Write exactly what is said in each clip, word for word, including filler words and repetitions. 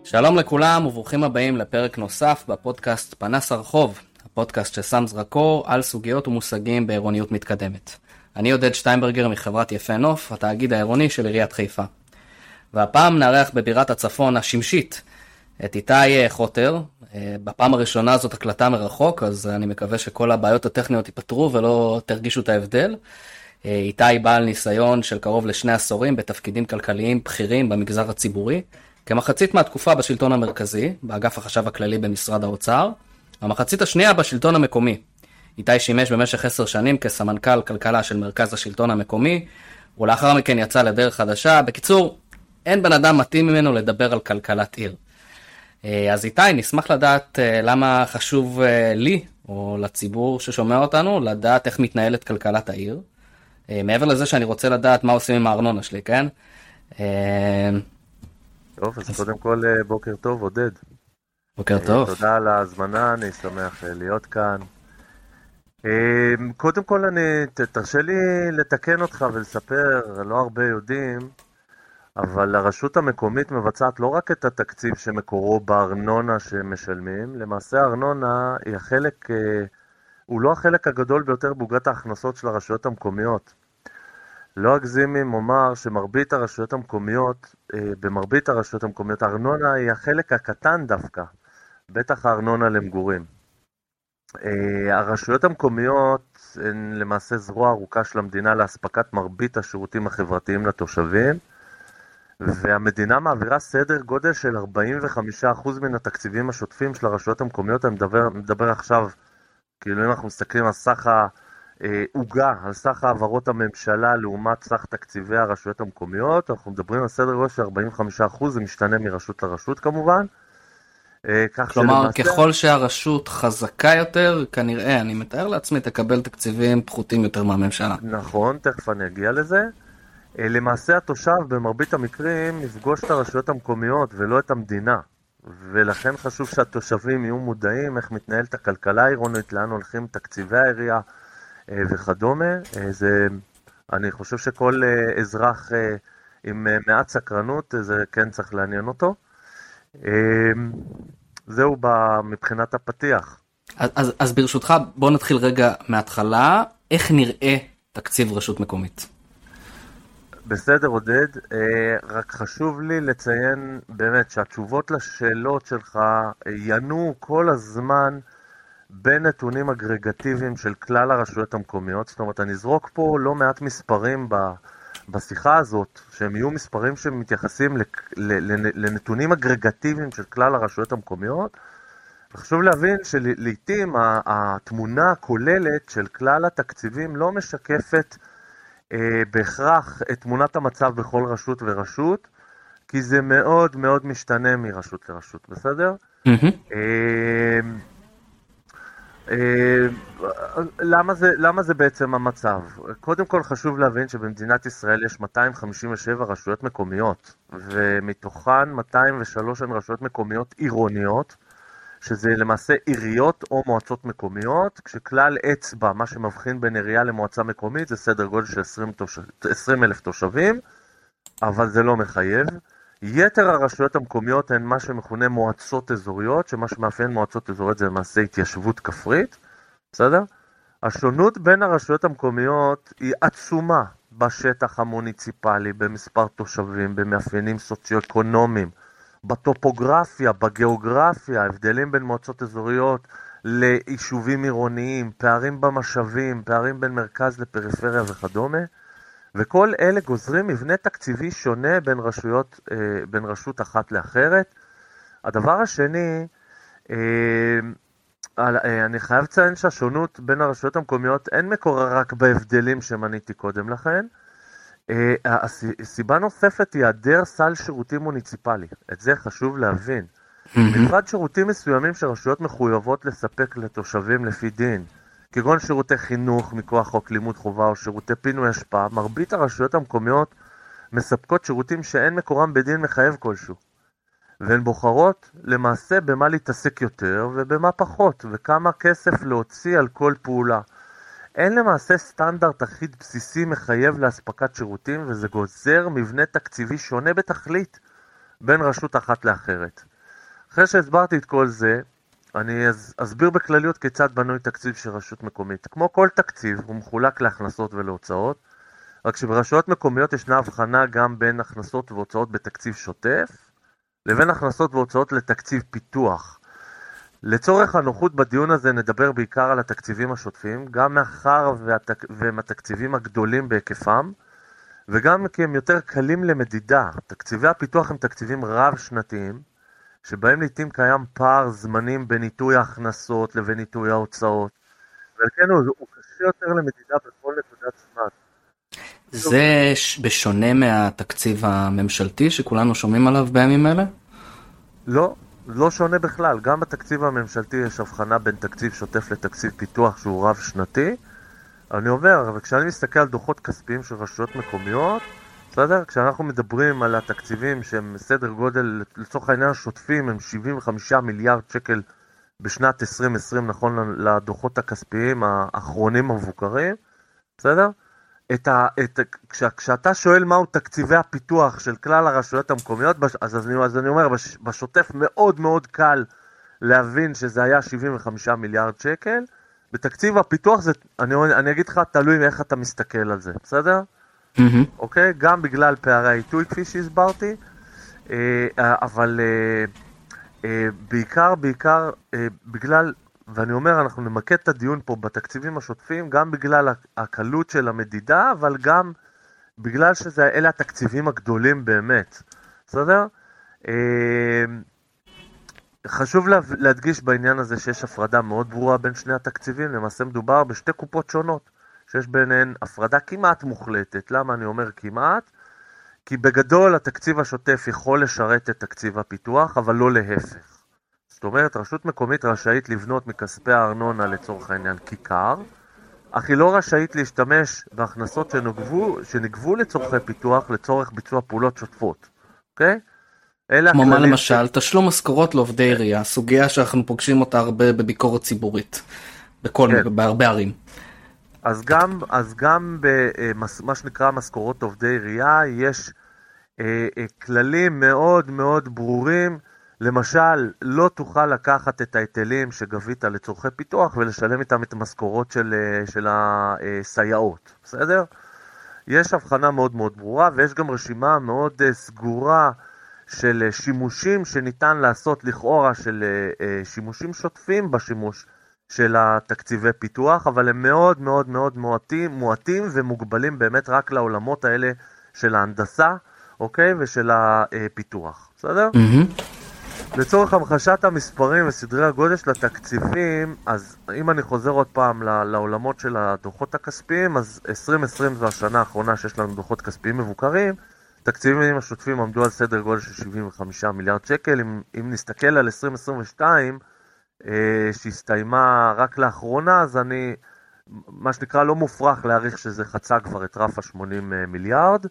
שלום לכולם וברוכים הבאים לפרק נוסף בפודקאסט פנס הרחוב, הפודקאסט ששם זרקור על סוגיות ומושגים בעירוניות מתקדמת. אני עודד שטיינברגר מחברת יפה נוף, התאגיד העירוני של עיריית חיפה. והפעם נארח בבירת הצפון השמשית את איתי חוטר. בפעם הראשונה זאת הקלטה מרחוק, אז אני מקווה שכל הבעיות הטכניות ייפתרו ולא תרגישו את ההבדל. איתי בעל ניסיון של קרוב לשני עשורים בתפקידים כלכליים בכירים במגזר הציבורי, כמחצית מהתקופה בשלטון המרכזי, באגף החשב הכללי במשרד האוצר, המחצית השנייה בשלטון המקומי. איתי שימש במשך עשר שנים כסמנכ"ל כלכלה של מרכז השלטון המקומי, ולאחר מכן יצא לדרך חדשה. בקיצור, אין בן אדם מתאים ממנו לדבר על כלכלת עיר. אז איתי, נשמח לדעת למה חשוב לי, או לציבור ששומע אותנו, לדעת איך מתנהלת כלכלת העיר. מעבר לזה שאני רוצה לדעת מה עושים עם הארנונה שלי, כן? טוב, אז קודם כל בוקר טוב, עודד. בוקר טוב. תודה על ההזמנה, אני שמח להיות כאן. קודם כל, אני, תרשה לי לתקן אותך ולספר, לא הרבה יודעים, אבל הרשות המקומית מבצעת לא רק את התקציב שמקורו בארנונה שמשלמים, למעשה הארנונה היא החלק, הוא לא החלק הגדול ביותר בעוגת ההכנסות של הרשויות המקומיות. לא אגזים אם אומר שמרבית הרשויות המקומיות, במרבית הרשויות המקומיות, הארנונה היא החלק הקטן דווקא, בטח הארנונה למגורים. הרשויות המקומיות הן למעשה זרוע ארוכה של המדינה להספקת מרבית השירותים החברתיים לתושבים, והמדינה מעבירה סדר גודל של ארבעים וחמישה אחוז מן התקציבים השוטפים של הרשויות המקומיות. אני מדבר, מדבר עכשיו, כאילו אם אנחנו מסתכלים על סך העוגה, על סך העברות הממשלה לעומת סך תקציבי הרשויות המקומיות, אנחנו מדברים על סדר גודל של ארבעים וחמישה אחוז, זה משתנה מרשות לרשות כמובן. כלומר, שלמעשה... ככל שהרשות חזקה יותר, כנראה, אני מתאר לעצמי, תקבל תקציבים פחותים יותר מהממשלה. נכון, תכף אני אגיע לזה. למעשה התושב במרבית המקרים יפגוש את הרשויות המקומיות ולא את המדינה, ולכן חשוב שהתושבים יהיו מודעים איך מתנהלת הכלכלה העירונית, לאן הולכים תקציבי העירייה וכדומה. זה, אני חושב שכל אזרח עם מעט סקרנות, זה כן צריך לעניין אותו. זהו מבחינת הפתיח. אז, אז, אז ברשותך, בוא נתחיל רגע מההתחלה. איך נראה תקציב רשות מקומית? בסדר עודד, רק חשוב לי לציין באמת שהתשובות לשאלות שלך ינו כל הזמן בנתונים אגרגטיביים של כלל הרשויות המקומיות. זאת אומרת, אני אזרוק פה לא מעט מספרים בשיחה הזאת, שהם יהיו מספרים שמתייחסים לנתונים אגרגטיביים של כלל הרשויות המקומיות. וחשוב להבין שלעיתים התמונה הכוללת של כלל התקציבים לא משקפת בהכרח את תמונת המצב בכל רשות ורשות, כי זה מאוד מאוד משתנה מרשות לרשות, בסדר? למה זה, למה זה בעצם המצב? קודם כל חשוב להבין שבמדינת ישראל יש מאתיים חמישים ושבע רשויות מקומיות, ומתוכן מאתיים ושלוש הן רשויות מקומיות עירוניות, שזה למעשה עיריות או מועצות מקומיות, כשכלל אצבע, מה שמבחין בין עירייה למועצה מקומית, זה סדר גודל של עשרים אלף תושבים, אבל זה לא מחייב. יתר הרשויות המקומיות הן מה שמכונה מועצות אזוריות, שמה שמאפיין מועצות אזוריות זה למעשה התיישבות כפרית, בסדר? השונות בין הרשויות המקומיות היא עצומה בשטח המוניציפלי, במספר תושבים, במאפיינים סוציו-אקונומיים, בטופוגרפיה, בגיאוגרפיה, הבדלים בין מועצות אזוריות ליישובים עירוניים, פערים במשאבים, פערים בין מרכז לפריפריה וכדומה, וכל אלה גוזרים מבנה תקציבי שונה בין רשויות, בין רשות אחת לאחרת. הדבר השני, אני חייב לציין שהשונות בין הרשויות המקומיות אין מקורה רק בהבדלים שמניתי קודם לכן. הסיבה נוספת היא היעדר סל שירותים מוניציפלי. את זה חשוב להבין. מלבד שירותים מסוימים שרשויות מחויבות לספק לתושבים לפי דין, כגון שירותי חינוך מכוח חוק לימוד חובה או שירותי פינוי אשפה, מרבית הרשויות המקומיות מספקות שירותים שאין מקורם בדין מחייב כלשהו. והן בוחרות למעשה במה להתעסק יותר ובמה פחות, וכמה כסף להוציא על כל פעולה. אין למעשה סטנדרט אחיד בסיסי מחייב להספקת שירותים, וזה גוזר מבנה תקציבי שונה בתכלית בין רשות אחת לאחרת. אחרי שהסברתי את כל זה, אני אסביר בכלליות כיצד בנוי תקציב של רשות מקומית. כמו כל תקציב, הוא מחולק להכנסות ולהוצאות, רק שברשויות מקומיות ישנה הבחנה גם בין הכנסות והוצאות בתקציב שוטף, לבין הכנסות והוצאות לתקציב פיתוח. לצורך הנוחות בדיון הזה נדבר בעיקר על התקציבים השוטפים, גם מאחר והתק... והם התקציבים הגדולים בהיקפם, וגם כי הם יותר קלים למדידה. תקציבי הפיתוח הם תקציבים רב-שנתיים, שבהם לעתים קיים פער זמנים בין עיתוי ההכנסות לבין עיתוי ההוצאות, ולכן הוא, הוא קשה יותר למדידה בכל נקודת זמן. זה בשונה מהתקציב הממשלתי שכולנו שומעים עליו בימים אלה? לא, לא שונה בכלל. גם בתקציב הממשלתי יש הבחנה בין תקציב שוטף לתקציב פיתוח שהוא רב שנתי. אני אומר, וכשאני מסתכל על דוחות כספיים של רשויות מקומיות, בסדר? כשאנחנו מדברים על התקציבים שהם סדר גודל, לצורך העניין השוטפים, הם שבעים וחמישה מיליארד שקל בשנת עשרים עשרים, נכון לדוחות הכספיים האחרונים המבוקרים, בסדר? את ה, את, כש, כשאתה שואל מהו תקציבי הפיתוח של כלל הרשויות המקומיות, אז, אז, אני, אז אני אומר, בש, בשוטף מאוד מאוד קל להבין שזה היה שבעים וחמישה מיליארד שקל, בתקציב הפיתוח זה, אני, אני אגיד לך, תלוי איך אתה מסתכל על זה, בסדר? Mm-hmm. אוקיי? גם בגלל פערי העיתוי כפי שהסברתי, אבל בעיקר, בעיקר, בגלל, ואני אומר, אנחנו נמקד את הדיון פה בתקציבים השוטפים, גם בגלל הקלות של המדידה, אבל גם בגלל שזה, אלה התקציבים הגדולים באמת, בסדר? חשוב להדגיש בעניין הזה שיש הפרדה מאוד ברורה בין שני התקציבים, למעשה מדובר בשתי קופות שונות, שיש ביניהן הפרדה כמעט מוחלטת. למה אני אומר כמעט? כי בגדול התקציב השוטף יכול לשרת את תקציב הפיתוח, אבל לא להפך. זאת אומרת, רשות מקומית רשאית לבנות מכספי הארנונה לצורך העניין כיכר, אך היא לא רשאית להשתמש בהכנסות שנגבו, שנגבו לצורכי פיתוח לצורך ביצוע פעולות שוטפות. אוקיי? כמו מה למשל, תשלום משכורות לעובדי עירייה, סוגיה שאנחנו פוגשים אותה הרבה בביקורת ציבורית, בכל, כן. בהרבה ערים. אז גם, אז גם במה שנקרא משכורות עובדי עירייה, יש אה, אה, כללים מאוד מאוד ברורים, למשל, לא תוכל לקחת את ההיטלים שגבית לצורכי פיתוח, ולשלם איתם את המשכורות של, של הסייעות, בסדר? יש הבחנה מאוד מאוד ברורה, ויש גם רשימה מאוד סגורה, של שימושים שניתן לעשות לכאורה של שימושים שוטפים בשימוש של התקציבי פיתוח, אבל הם מאוד מאוד מאוד מועטים, מועטים ומוגבלים באמת רק לעולמות האלה של ההנדסה, אוקיי? ושל הפיתוח, בסדר? Mm-hmm. לצורך המחשת המספרים וסדרי הגודל של התקציבים, אז אם אני חוזר עוד פעם לעולמות של הדוחות הכספיים, אז עשרים עשרים זו השנה האחרונה שיש לנו דוחות כספיים מבוקרים, תקציבים השוטפים עמדו על סדר גודל של שבעים וחמישה מיליארד שקל. אם, אם נסתכל על עשרים עשרים ושתיים, אה, שהסתיימה רק לאחרונה, אז אני, מה שנקרא, לא מופרך להעריך שזה חצה כבר את רף ה-שמונים מיליארד.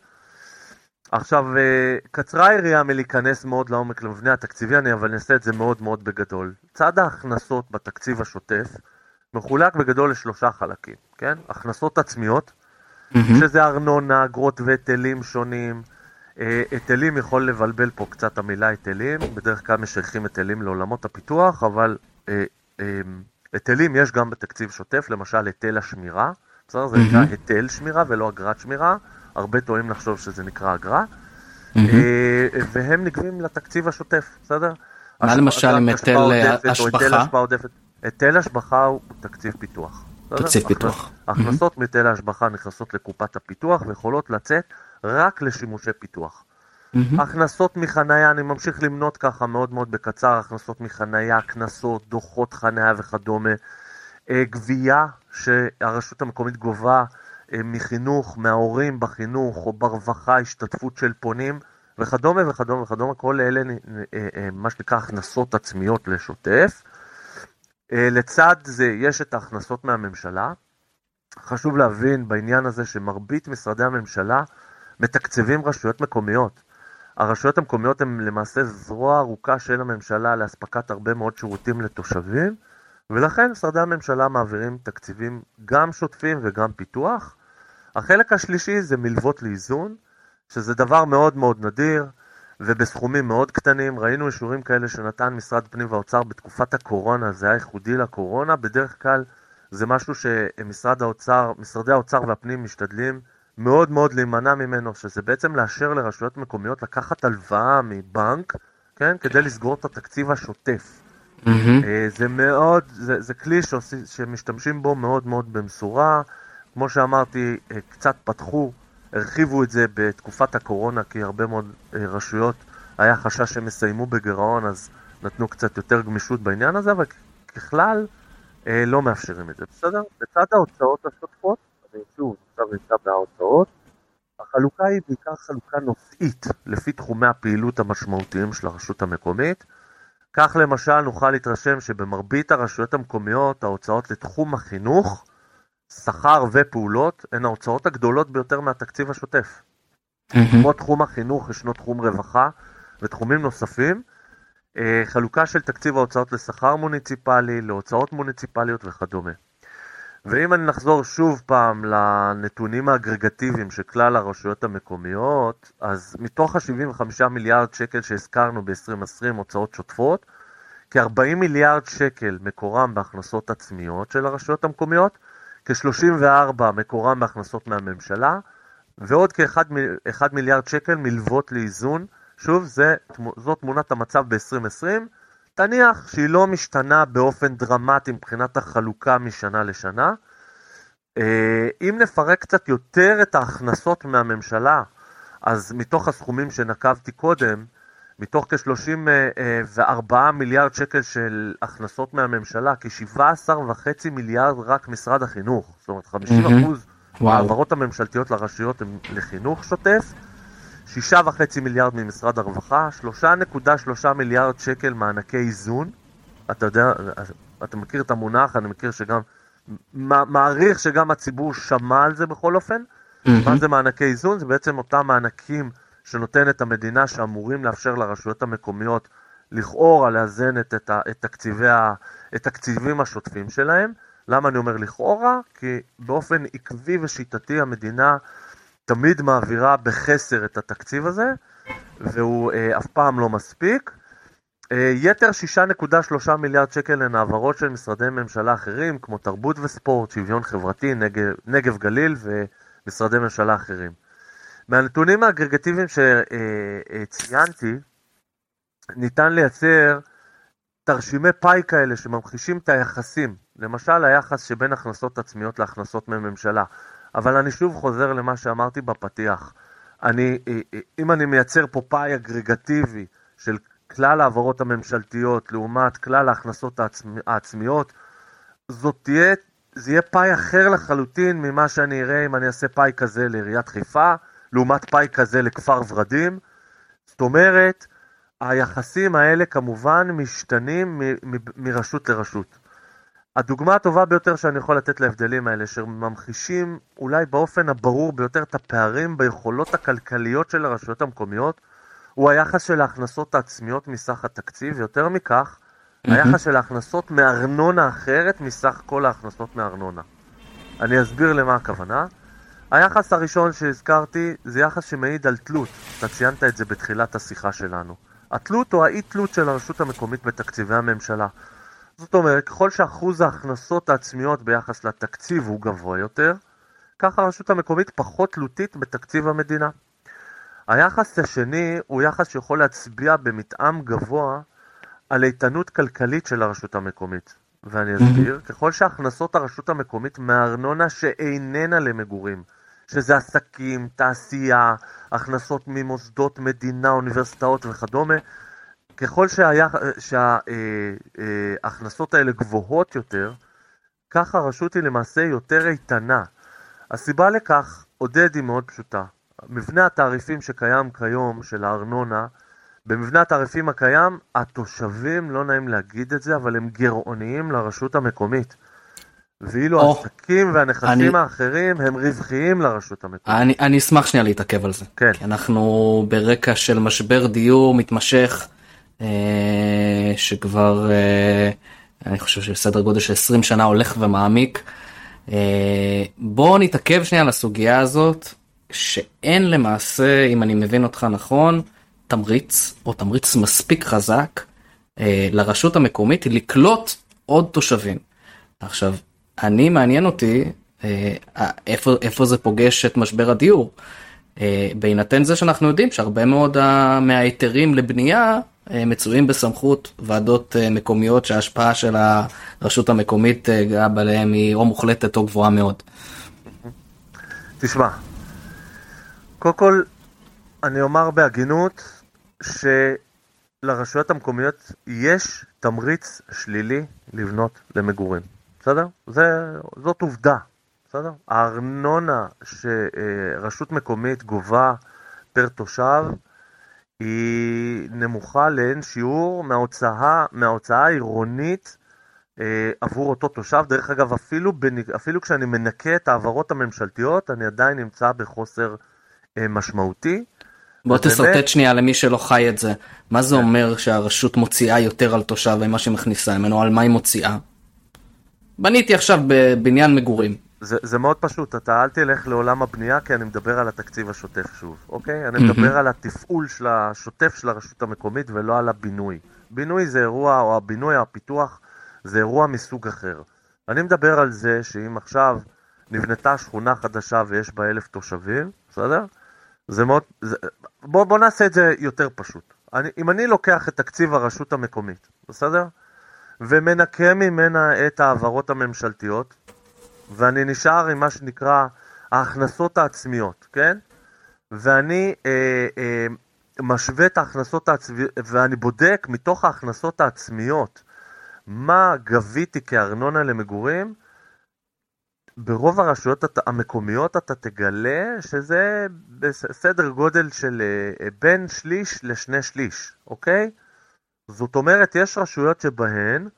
עכשיו, אה, קצרה העירייה מלהיכנס מאוד לעומק למבנה התקציבי, אני אבל נעשה את זה מאוד מאוד בגדול. צד ההכנסות בתקציב השוטף מחולק בגדול לשלושה חלקים, כן? הכנסות עצמיות, mm-hmm. שזה ארנונה, אגרות והיטלים שונים. היטלים יכול לבלבל פה קצת המילה היטלים, בדרך כלל משייכים היטלים לעולמות הפיתוח, אבל היטלים יש גם בתקציב שוטף, למשל היטל השמירה, בסדר? זה נקרא היטל שמירה ולא אגרת שמירה, הרבה טועים לחשוב שזה נקרא אגרה, והם נגבים לתקציב השוטף, בסדר? מה למשל עם היטל השבחה? היטל השבחה הוא תקציב פיתוח. תקציב פיתוח. הכנסות מהיטל ההשבחה נכנסות לקופת הפיתוח ויכולות לצאת רק לשימושי פיתוח. הכנסות מחנייה, אני ממשיך למנות ככה מאוד מאוד בקצר, הכנסות מחנייה, כנסות, דוחות חנייה וכדומה, גבייה שהרשות המקומית גובה מחינוך, מההורים בחינוך או ברווחה, השתתפות של פונים וכדומה וכדומה וכדומה, כל אלה מה שנקרא הכנסות עצמיות לשוטף. לצד זה יש את ההכנסות מהממשלה. חשוב להבין בעניין הזה שמרבית משרדי הממשלה מתקצבים רשויות מקומיות. הרשויות המקומיות הן למעשה זרוע ארוכה של הממשלה להספקת הרבה מאוד שירותים לתושבים, ולכן משרדי הממשלה מעבירים תקציבים גם שוטפים וגם פיתוח. החלק השלישי זה מלוות לאיזון, שזה דבר מאוד מאוד נדיר, ובסכומים מאוד קטנים. ראינו אישורים כאלה שנתן משרד פנים והאוצר בתקופת הקורונה, זה היה ייחודי לקורונה, בדרך כלל זה משהו שמשרד האוצר, משרדי האוצר והפנים משתדלים מאוד מאוד להימנע ממנו, שזה בעצם לאשר לרשויות מקומיות לקחת הלוואה מבנק, כן, כדי לסגור את התקציב השוטף. Mm-hmm. זה מאוד, זה, זה כלי שעושים, שמשתמשים בו מאוד מאוד במשורה, כמו שאמרתי, קצת פתחו, הרחיבו את זה בתקופת הקורונה, כי הרבה מאוד רשויות היה חשש שהם יסיימו בגירעון, אז נתנו קצת יותר גמישות בעניין הזה, אבל ככלל לא מאפשרים את זה. בסדר? בצד ההוצאות השוטפות, אני שוב, עכשיו נמצא בהוצאות, החלוקה היא בעיקר חלוקה נושאית, לפי תחומי הפעילות המשמעותיים של הרשות המקומית. כך למשל נוכל להתרשם שבמרבית הרשויות המקומיות, ההוצאות לתחום החינוך, שכר ופעולות, הן ההוצאות הגדולות ביותר מהתקציב השוטף. כמו תחום החינוך, ישנו תחום רווחה ותחומים נוספים, חלוקה של תקציב ההוצאות לשכר מוניציפלי, להוצאות מוניציפליות וכדומה. ואם אני נחזור שוב פעם לנתונים האגרגטיביים של כלל הרשויות המקומיות, אז מתוך ה-שבעים וחמישה מיליארד שקל שהזכרנו ב-עשרים עשרים הוצאות שוטפות, כ-ארבעים מיליארד שקל מקורם בהכנסות עצמיות של הרשויות המקומיות, כ-שלושים וארבע מקורם בהכנסות מהממשלה, ועוד כ-אחד מיליארד שקל מלוות לאיזון. שוב, זה, זאת תמונת המצב ב-עשרים עשרים, תניח שהיא לא משתנה באופן דרמטי מבחינת החלוקה משנה לשנה. אם נפרק קצת יותר את ההכנסות מהממשלה, אז מתוך הסכומים שנקבתי קודם, מתוך כ-שלושים וארבעה מיליארד שקל של הכנסות מהממשלה, כ-שבעה עשר וחצי מיליארד רק משרד החינוך. זאת אומרת, חמישים אחוז מהעברות הממשלתיות לרשויות הן לחינוך שוטף, שישה וחצי מיליארד ממשרד הרווחה, שלושה נקודה שלושה מיליארד שקל מענקי איזון. אתה יודע, אתה מכיר את המונח, אני מכיר שגם, מעריך שגם הציבור שמע על זה בכל אופן. Mm-hmm. מה זה מענקי איזון? זה בעצם אותם מענקים שנותנת המדינה שאמורים לאפשר לרשויות המקומיות לכאורה לאזן את, את, את, תקציבי, את תקציבים השוטפים שלהם. למה אני אומר לכאורה? כי באופן עקבי ושיטתי המדינה תמיד מעבירה בחסר את התקציב הזה, והוא אה, אף פעם לא מספיק. אה, יתר שישה נקודה שלושה מיליארד שקל הן העברות של משרדי ממשלה אחרים, כמו תרבות וספורט, שוויון חברתי, נגב, נגב גליל ומשרדי ממשלה אחרים. מהנתונים האגרגטיביים שציינתי, ניתן לייצר תרשימי פאי כאלה שממחישים את היחסים, למשל היחס שבין הכנסות עצמיות להכנסות מממשלה. אבל אני שוב חוזר למה שאמרתי בפתיח. אני, אם אני מייצר פה פאי אגרגטיבי של כלל העברות הממשלתיות לעומת כלל ההכנסות העצמי, העצמיות, זאת תהיה, זה יהיה פאי אחר לחלוטין ממה שאני אראה אם אני אעשה פאי כזה לעיריית חיפה, לעומת פאי כזה לכפר ורדים. זאת אומרת, היחסים האלה כמובן משתנים מ- מ- מרשות לרשות. הדוגמה הטובה ביותר שאני יכול לתת להבדלים האלה, שממחישים אולי באופן הברור ביותר את הפערים ביכולות הכלכליות של הרשויות המקומיות, הוא היחס של ההכנסות העצמיות מסך התקציב, ויותר מכך, mm-hmm. היחס של ההכנסות מארנונה אחרת מסך כל ההכנסות מארנונה. אני אסביר למה הכוונה. היחס הראשון שהזכרתי זה יחס שמעיד על תלות, אתה ציינת את זה בתחילת השיחה שלנו. התלות או האי תלות של הרשות המקומית בתקציבי הממשלה. זאת אומרת, ככל שאחוז ההכנסות העצמיות ביחס לתקציב הוא גבוה יותר, כך הרשות המקומית פחות תלותית בתקציב המדינה. היחס השני הוא יחס שיכול להצביע במתאם גבוה על איתנות כלכלית של הרשות המקומית. ואני אסביר, ככל שהכנסות הרשות המקומית מהארנונה שאיננה למגורים, שזה עסקים, תעשייה, הכנסות ממוסדות מדינה, אוניברסיטאות וכדומה, ככל שההכנסות האלה גבוהות יותר, כך הרשות היא למעשה יותר איתנה. הסיבה לכך, עודד היא מאוד פשוטה. מבנה התעריפים שקיים כיום של הארנונה, במבנה התעריפים הקיים, התושבים, לא נעים להגיד את זה, אבל הם גרעוניים לרשות המקומית. ואילו oh, העסקים והנכסים אני, האחרים הם רווחיים לרשות המקומית. אני, אני אשמח שנייה להתעכב על זה. כן. כי אנחנו ברקע של משבר דיור מתמשך, אה, שכבר, אה, אני חושב שסדר גודל של עשרים שנה הולך ומעמיק. אה, בואו נתעכב שנייה על הסוגיה הזאת, שאין למעשה, אם אני מבין אותך נכון, תמריץ, או תמריץ מספיק חזק, לרשות המקומית לקלוט עוד תושבים. עכשיו, אני מעניין אותי, איפה, איפה זה פוגש את משבר הדיור. בהינתן זה שאנחנו יודעים שהרבה מאוד מההיתרים לבנייה מצויים בסמכות ועדות מקומיות שההשפעה של הרשות המקומית גם עליהם היא או מוחלטת או גבוהה מאוד. תשמע, קודם כל אני אומר בהגינות שלרשויות המקומיות יש תמריץ שלילי לבנות למגורים. בסדר? זה, זאת עובדה. בסדר? הארנונה שרשות מקומית גובה פר תושב היא נמוכה לאין שיעור מההוצאה, מההוצאה העירונית אה, עבור אותו תושב. דרך אגב, אפילו, אפילו כשאני מנקה את העברות הממשלתיות, אני עדיין נמצא בחוסר אה, משמעותי. בוא תסרטט שנייה למי שלא חי את זה. מה זה אומר שהרשות מוציאה יותר על תושב ומה שמכניסה ממנו? על מה היא מוציאה? בניתי עכשיו בבניין מגורים. זה, זה מאוד פשוט, אתה אל תלך לעולם הבנייה, כי אני מדבר על התקציב השוטף שוב, אוקיי? אני מדבר על התפעול של השוטף של הרשות המקומית ולא על הבינוי. בינוי זה אירוע, או הבינוי או הפיתוח, זה אירוע מסוג אחר. אני מדבר על זה שאם עכשיו נבנתה שכונה חדשה ויש בה אלף תושבים, בסדר? זה מאוד, זה, בוא, בוא נעשה את זה יותר פשוט. אני, אם אני לוקח את תקציב הרשות המקומית, בסדר? ומנקה ממנה את העברות הממשלתיות, ואני נשאר עם מה שנקרא ההכנסות העצמיות, כן? ואני אה, אה, משווה את ההכנסות העצמיות, ואני בודק מתוך ההכנסות העצמיות מה גביתי כארנונה למגורים, ברוב הרשויות המקומיות אתה תגלה שזה בסדר גודל של אה, בין שליש לשני שליש, אוקיי? זאת אומרת, יש רשויות שבהן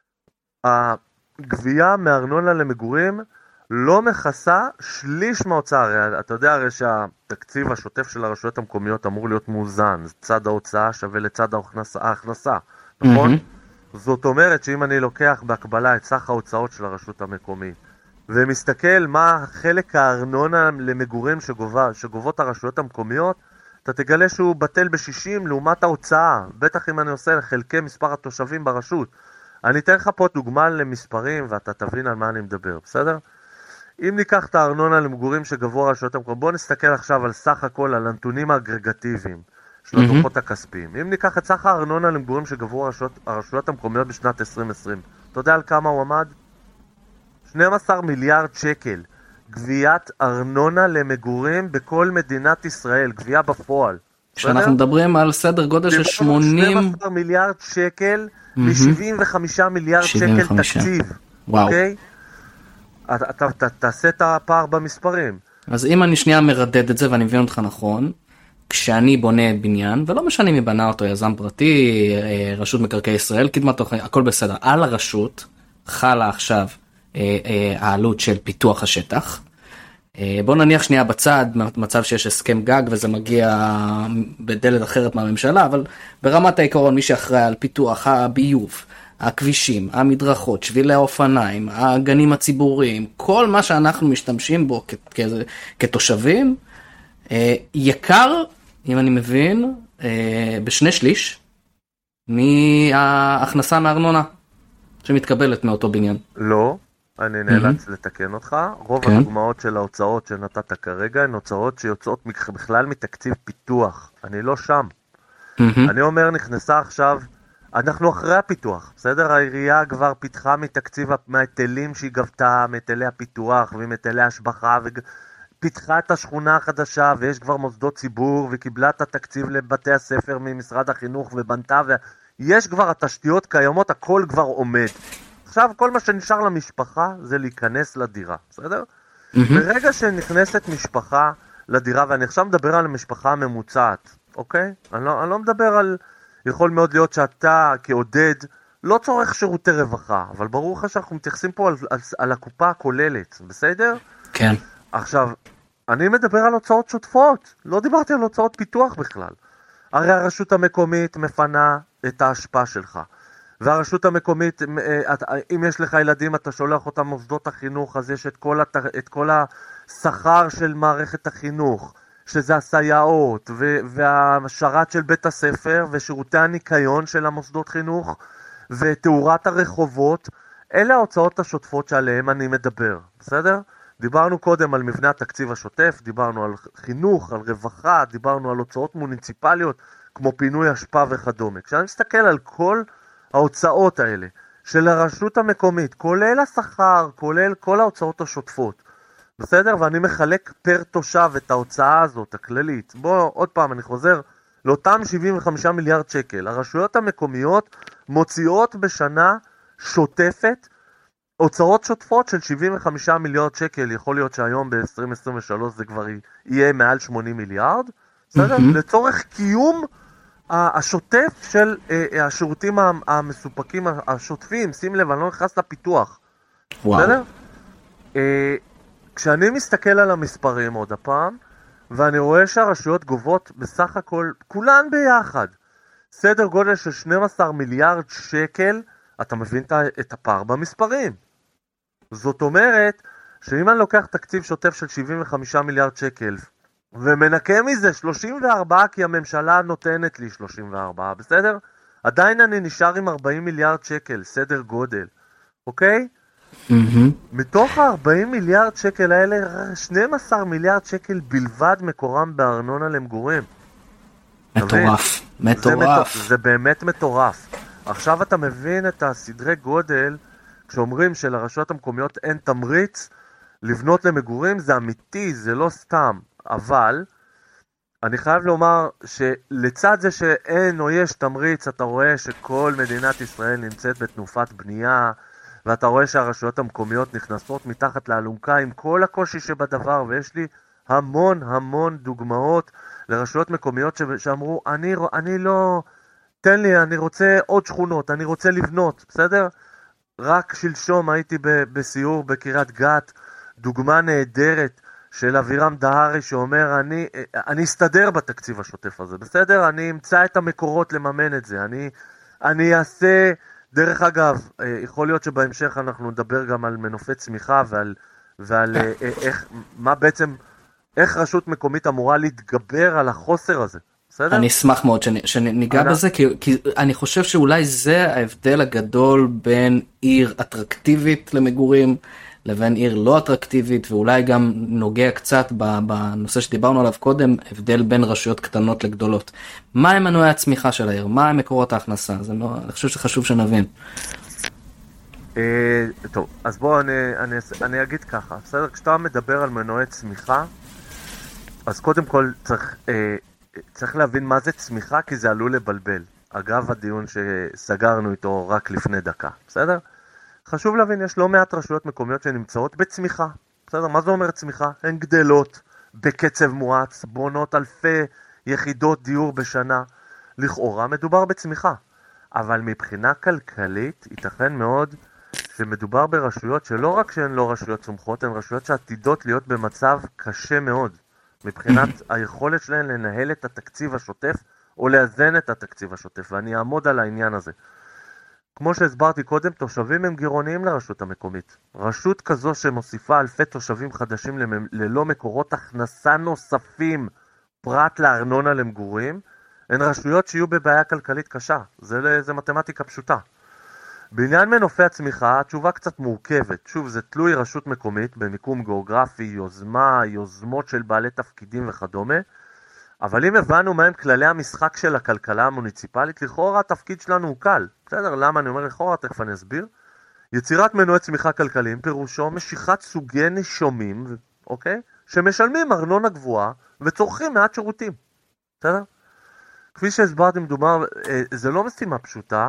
הגבייה מארנונה למגורים לא מכסה שליש מההוצאה. הרי אתה יודע הרי שהתקציב השוטף של הרשויות המקומיות אמור להיות מאוזן, צד ההוצאה שווה לצד ההכנסה, נכון? Mm-hmm. זאת אומרת שאם אני לוקח בהקבלה את סך ההוצאות של הרשות המקומית ומסתכל מה חלק הארנונה למגורים שגובה, שגובות הרשויות המקומיות, אתה תגלה שהוא בטל ב-שישים לעומת ההוצאה, בטח אם אני עושה חלקי מספר התושבים ברשות. אני אתן לך פה דוגמה למספרים ואתה תבין על מה אני מדבר, בסדר? אם ניקח את הארנונה למגורים שגבו הרשויות המקומיות, בואו נסתכל עכשיו על סך הכל, על הנתונים האגרגטיביים של הדוחות הכספיים. אם ניקח את סך הארנונה למגורים שגבו הרשויות, הרשויות המקומיות בשנת עשרים עשרים, אתה יודע על כמה הוא עמד? שנים עשר מיליארד שקל. גביית ארנונה למגורים בכל מדינת ישראל, גבייה בפועל. כשאנחנו מדברים על סדר גודל של שמונים... שנים עשר מיליארד שקל ל-שבעים וחמישה מיליארד שקל תקציב. וואו. אוקיי? אתה תעשה את הפער במספרים. אז אם אני שנייה מרדד את זה ואני מבין אותך נכון, כשאני בונה בניין, ולא משנה מי בנה אותו, יזם פרטי, רשות מקרקעי ישראל, קדמת תוכן, הכל בסדר. על הרשות חלה עכשיו העלות של פיתוח השטח. בוא נניח שנייה בצד, מצב שיש הסכם גג וזה מגיע בדלת אחרת מהממשלה, אבל ברמת העיקרון מי שאחראי על פיתוח הביוב, הכבישים, המדרכות, שבילי האופניים, הגנים הציבוריים, כל מה שאנחנו משתמשים בו כתושבים, יקר, אם אני מבין, בשני שליש מההכנסה מארנונה שמתקבלת מאותו בניין. לא. אני נאלץ לתקן אותך. רוב הדוגמאות של ההוצאות שנתת כרגע הן הוצאות שיוצאות בכלל מתקציב פיתוח. אני לא שם. אני אומר, נכנסה עכשיו, אנחנו אחרי הפיתוח, בסדר? העירייה כבר פיתחה מתקציב, מהיטלים שהיא גבתה, מהיטלי הפיתוח ומהיטלי השבחה, ופיתחה את השכונה החדשה, ויש כבר מוסדות ציבור, וקיבלה את התקציב לבתי הספר ממשרד החינוך, ובנתה, ויש כבר התשתיות קיימות, הכל כבר עומד. עכשיו כל מה שנשאר למשפחה זה להיכנס לדירה, בסדר? Mm-hmm. ברגע שנכנסת משפחה לדירה, ואני עכשיו מדבר על המשפחה הממוצעת, אוקיי? אני לא, אני לא מדבר על, יכול מאוד להיות שאתה כעודד לא צורך שירותי רווחה, אבל ברור לך שאנחנו מתייחסים פה על, על, על הקופה הכוללת, בסדר? כן. עכשיו, אני מדבר על הוצאות שוטפות, לא דיברתי על הוצאות פיתוח בכלל. הרי הרשות המקומית מפנה את ההשפעה שלך. והרשות המקומית, אם יש לך ילדים, אתה שולח אותם מוסדות החינוך, אז יש את כל, הת... את כל השכר של מערכת החינוך. שזה הסייעות והשרת של בית הספר ושירותי הניקיון של המוסדות חינוך ותאורת הרחובות, אלה ההוצאות השוטפות שעליהן אני מדבר, בסדר? דיברנו קודם על מבנה התקציב השוטף, דיברנו על חינוך, על רווחה, דיברנו על הוצאות מוניציפליות כמו פינוי אשפה וכדומה. כשאני מסתכל על כל ההוצאות האלה של הרשות המקומית, כולל השכר, כולל כל ההוצאות השוטפות, בסדר? ואני מחלק פר תושב את ההוצאה הזאת, הכללית. בוא, עוד פעם, אני חוזר לאותם שבעים וחמישה מיליארד שקל. הרשויות המקומיות מוציאות בשנה שוטפת, הוצאות שוטפות של שבעים וחמישה מיליארד שקל. יכול להיות שהיום ב-עשרים עשרים ושלוש זה כבר יהיה מעל שמונים מיליארד, בסדר? Mm-hmm. לצורך קיום השוטף של השירותים המסופקים השוטפים. שים לב, אני לא נכנס לפיתוח. וואו. בסדר? כשאני מסתכל על המספרים עוד הפעם, ואני רואה שהרשויות גובות בסך הכל, כולן ביחד, סדר גודל של שנים עשר מיליארד שקל, אתה מבין את הפער במספרים. זאת אומרת, שאם אני לוקח תקציב שוטף של שבעים וחמישה מיליארד שקל, ומנקה מזה שלושים וארבע, כי הממשלה נותנת לי שלושים וארבע, בסדר? עדיין אני נשאר עם ארבעים מיליארד שקל, סדר גודל, אוקיי? Mm-hmm. מתוך ה-ארבעים מיליארד שקל האלה, שנים עשר מיליארד שקל בלבד מקורם בארנונה למגורים. מטורף, מטורף. זה, זה באמת מטורף. עכשיו אתה מבין את הסדרי גודל, כשאומרים שלרשויות המקומיות אין תמריץ לבנות למגורים, זה אמיתי, זה לא סתם. אבל אני חייב לומר שלצד זה שאין או יש תמריץ, אתה רואה שכל מדינת ישראל נמצאת בתנופת בנייה, ואתה רואה שהרשויות המקומיות נכנסות מתחת לאלונקה עם כל הקושי שבדבר, ויש לי המון המון דוגמאות לרשויות מקומיות שאמרו, אני, אני לא, תן לי, אני רוצה עוד שכונות, אני רוצה לבנות, בסדר? רק שלשום הייתי ב, בסיור בקריית גת, דוגמה נהדרת של אבירם דהרי שאומר, אני, אני אסתדר בתקציב השוטף הזה, בסדר? אני אמצא את המקורות לממן את זה, אני, אני אעשה... דרך אגב, יכול להיות שבהמשך אנחנו נדבר גם על מנופי צמיחה ועל, ועל איך, מה בעצם, איך רשות מקומית אמורה להתגבר על החוסר הזה, בסדר? אני אשמח מאוד שניגע אני... בזה, כי, כי אני חושב שאולי זה ההבדל הגדול בין עיר אטרקטיבית למגורים, לבין עיר לא אטרקטיבית, ואולי גם נוגע קצת בנושא שדיברנו עליו קודם, הבדל בין רשויות קטנות לגדולות. מה הם מנועי הצמיחה של העיר? מה הם מקורות ההכנסה? זה לא, אני חושב שחשוב שנבין. טוב, אז בואו אני, אני, אני אגיד ככה, בסדר? כשאתה מדבר על מנועי צמיחה, אז קודם כל צריך, צריך להבין מה זה צמיחה, כי זה עלול לבלבל. אגב הדיון שסגרנו איתו רק לפני דקה, בסדר? חשוב להבין, יש לא מעט רשויות מקומיות שנמצאות בצמיחה. בסדר, מה זה אומר צמיחה? הן גדלות בקצב מואץ, בונות אלפי יחידות דיור בשנה. לכאורה מדובר בצמיחה. אבל מבחינה כלכלית, ייתכן מאוד שמדובר ברשויות שלא רק שהן לא רשויות צומחות, הן רשויות שעתידות להיות במצב קשה מאוד. מבחינת היכולת שלהן לנהל את התקציב השוטף, או לאזן את התקציב השוטף, ואני אעמוד על העניין הזה. כמו שהסברתי קודם, תושבים הם גירעוניים לרשות המקומית. רשות כזו שמוסיפה אלפי תושבים חדשים ללא מקורות הכנסה נוספים פרט לארנונה למגורים, הן רשויות שיהיו בבעיה כלכלית קשה. זה, זה מתמטיקה פשוטה. בעניין מנופי הצמיחה, התשובה קצת מורכבת. שוב, זה תלוי רשות מקומית במיקום גיאוגרפי, יוזמה, יוזמות של בעלי תפקידים וכדומה. אבל אם הבנו מהם כללי המשחק של הכלכלה המוניציפלית, לכאורה התפקיד שלנו הוא קל. בסדר, למה אני אומר לכאורה? תכף אני אסביר. יצירת מנועי צמיחה כלכליים, פירושו משיכת סוגי נישומים, אוקיי? שמשלמים ארנונה גבוהה וצורכים מעט שירותים. בסדר? כפי שהסברתי מדובר, זה לא משימה פשוטה.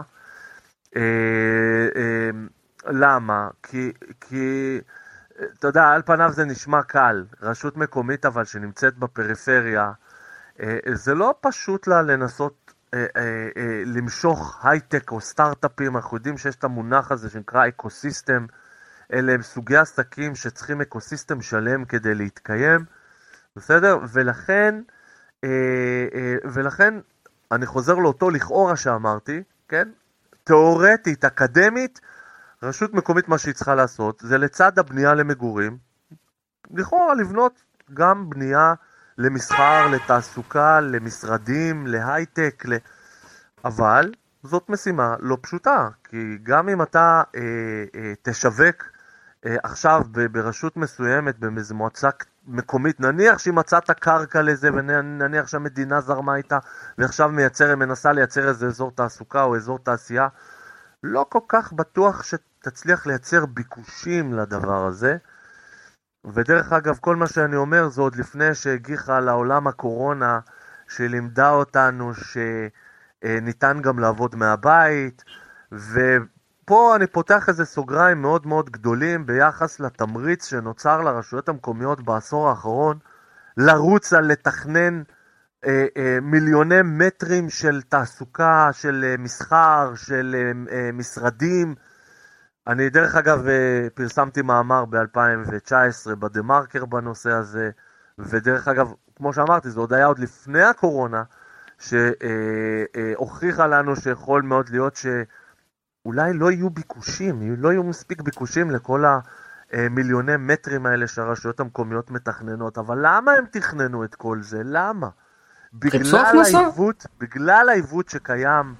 למה? כי, כי, אתה יודע, על פניו זה נשמע קל. רשות מקומית אבל שנמצאת בפריפריה, זה לא פשוט לה לנסות למשוך הייטק או סטארט-אפים. אנחנו יודעים שיש את המונח הזה שנקרא אקוסיסטם. אלה הם סוגי עסקים שצריכים אקוסיסטם שלם כדי להתקיים. בסדר? ולכן, ולכן אני חוזר לאותו לכאורה שאמרתי, כן? תיאורטית, אקדמית, רשות מקומית מה שהיא צריכה לעשות, זה לצד הבנייה למגורים, לכאורה לבנות גם בנייה למסחר, לתעסוקה, למשרדים, להייטק, ל... אבל זאת משימה לא פשוטה, כי גם אם אתה אה, אה, תשווק אה, עכשיו ב- ברשות מסוימת, באיזו מועצה מקומית, נניח שהיא מצאת קרקע לזה, ונניח שהמדינה זרמה איתה, ועכשיו מייצר, מנסה לייצר איזה אזור תעסוקה או אזור תעשייה, לא כל כך בטוח שתצליח לייצר ביקושים לדבר הזה. ודרך אגב, כל מה שאני אומר זה עוד לפני שהגיחה לעולם הקורונה, שלימדה אותנו שניתן גם לעבוד מהבית, ופה אני פותח איזה סוגריים מאוד מאוד גדולים ביחס לתמריץ שנוצר לרשויות המקומיות בעשור האחרון, לרוץ על לתכנן אה, אה, מיליוני מטרים של תעסוקה, של אה, מסחר, של אה, אה, משרדים. אני דרך אגב פרסמתי מאמר ב-אלפיים תשע עשרה בדה-מרקר בנושא הזה, ודרך אגב, כמו שאמרתי, זה עוד היה עוד לפני הקורונה, שהוכיחה לנו שיכול מאוד להיות שאולי לא יהיו ביקושים, לא יהיו מספיק ביקושים לכל המיליוני מטרים האלה שהרשויות המקומיות מתכננות. אבל למה הם תכננו את כל זה? למה? בגלל העיוות, בגלל העיוות שקיים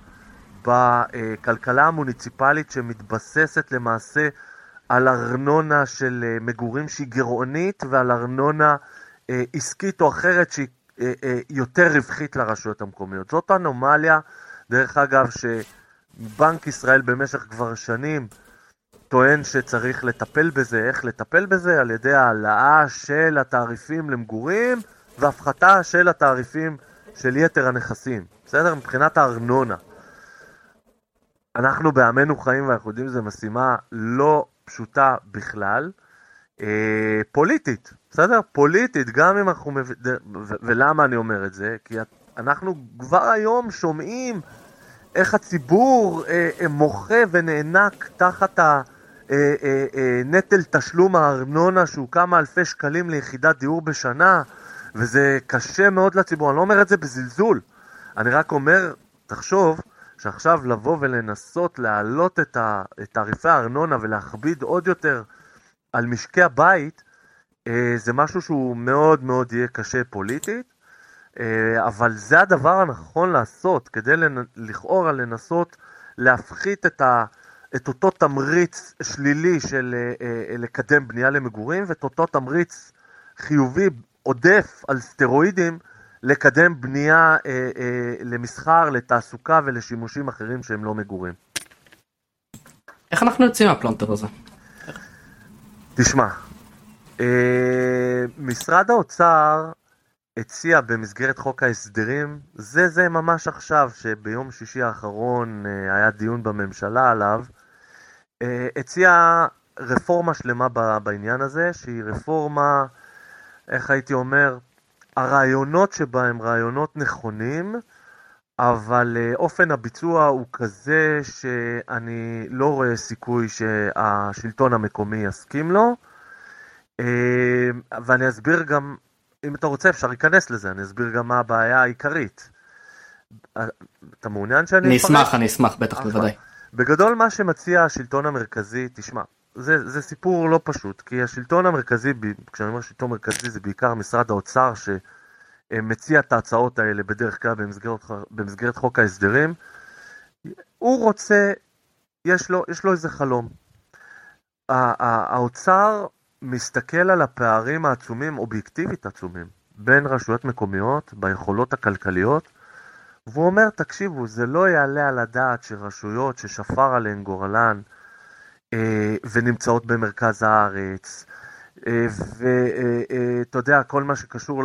בכלכלה המוניציפלית, שמתבססת למעשה על ארנונה של מגורים שהיא גירעונית, ועל ארנונה עסקית או אחרת שהיא יותר רווחית לרשויות המקומיות. זאת אנומליה, דרך אגב, שבנק ישראל במשך כבר שנים טוען שצריך לטפל בזה. איך לטפל בזה? על ידי העלאה של התעריפים למגורים והפחתה של התעריפים של יתר הנכסים. בסדר? מבחינת הארנונה. אנחנו בעמנו חיים, ואנחנו יודעים שזו משימה לא פשוטה בכלל, אה, פוליטית, בסדר? פוליטית, גם אם אנחנו... מב... ו- ולמה אני אומר את זה? כי אנחנו כבר היום שומעים איך הציבור אה, אה, מוחה ונענק תחת הנטל אה, אה, אה, תשלום הארנונה, שהוא כמה אלפי שקלים ליחידת דיור בשנה, וזה קשה מאוד לציבור. אני לא אומר את זה בזלזול, אני רק אומר, תחשוב, שעכשיו לבוא ולנסות להעלות את תעריפי הארנונה ולהכביד עוד יותר על משקי הבית, זה משהו שהוא מאוד מאוד יהיה קשה פוליטית, אבל זה הדבר הנכון לעשות, כדי לכאורה לנסות להפחית את, ה, את אותו תמריץ שלילי של לקדם בנייה למגורים, ואת אותו תמריץ חיובי עודף על סטרואידים, לקדם בנייה אה, אה, למסחר, לתעסוקה ולשימושים אחרים שהם לא מגורים. איך אנחנו יוצאים מהפלונטר הזה? תשמע, אה, משרד האוצר הציע במסגרת חוק ההסדרים, זה זה ממש עכשיו, שביום שישי האחרון אה, היה דיון בממשלה עליו, אה, הציע רפורמה שלמה בעניין הזה, שהיא רפורמה, איך הייתי אומר, הרעיונות שבה הם רעיונות נכונים, אבל אופן הביצוע הוא כזה שאני לא רואה סיכוי שהשלטון המקומי יסכים לו, ואני אסביר גם, אם אתה רוצה אפשר להיכנס לזה, אני אסביר גם מה הבעיה העיקרית. אתה מעוניין שאני... אני אשמח, אני אשמח, בטח, בוודאי. בגדול מה שמציע השלטון המרכזי, תשמע, זה, זה סיפור לא פשוט, כי השלטון המרכזי, כשאני אומר שלטון מרכזי, זה בעיקר משרד האוצר שמציע את ההצעות האלה בדרך כלל במסגרת, במסגרת חוק ההסדרים. הוא רוצה, יש לו, יש לו איזה חלום. האוצר מסתכל על הפערים העצומים, אובייקטיבית עצומים, בין רשויות מקומיות, ביכולות הכלכליות, והוא אומר, תקשיבו, זה לא יעלה על הדעת שרשויות ששפר עליהן גורלן, ונמצאות במרכז הארץ, ואתה יודע, כל מה שקשור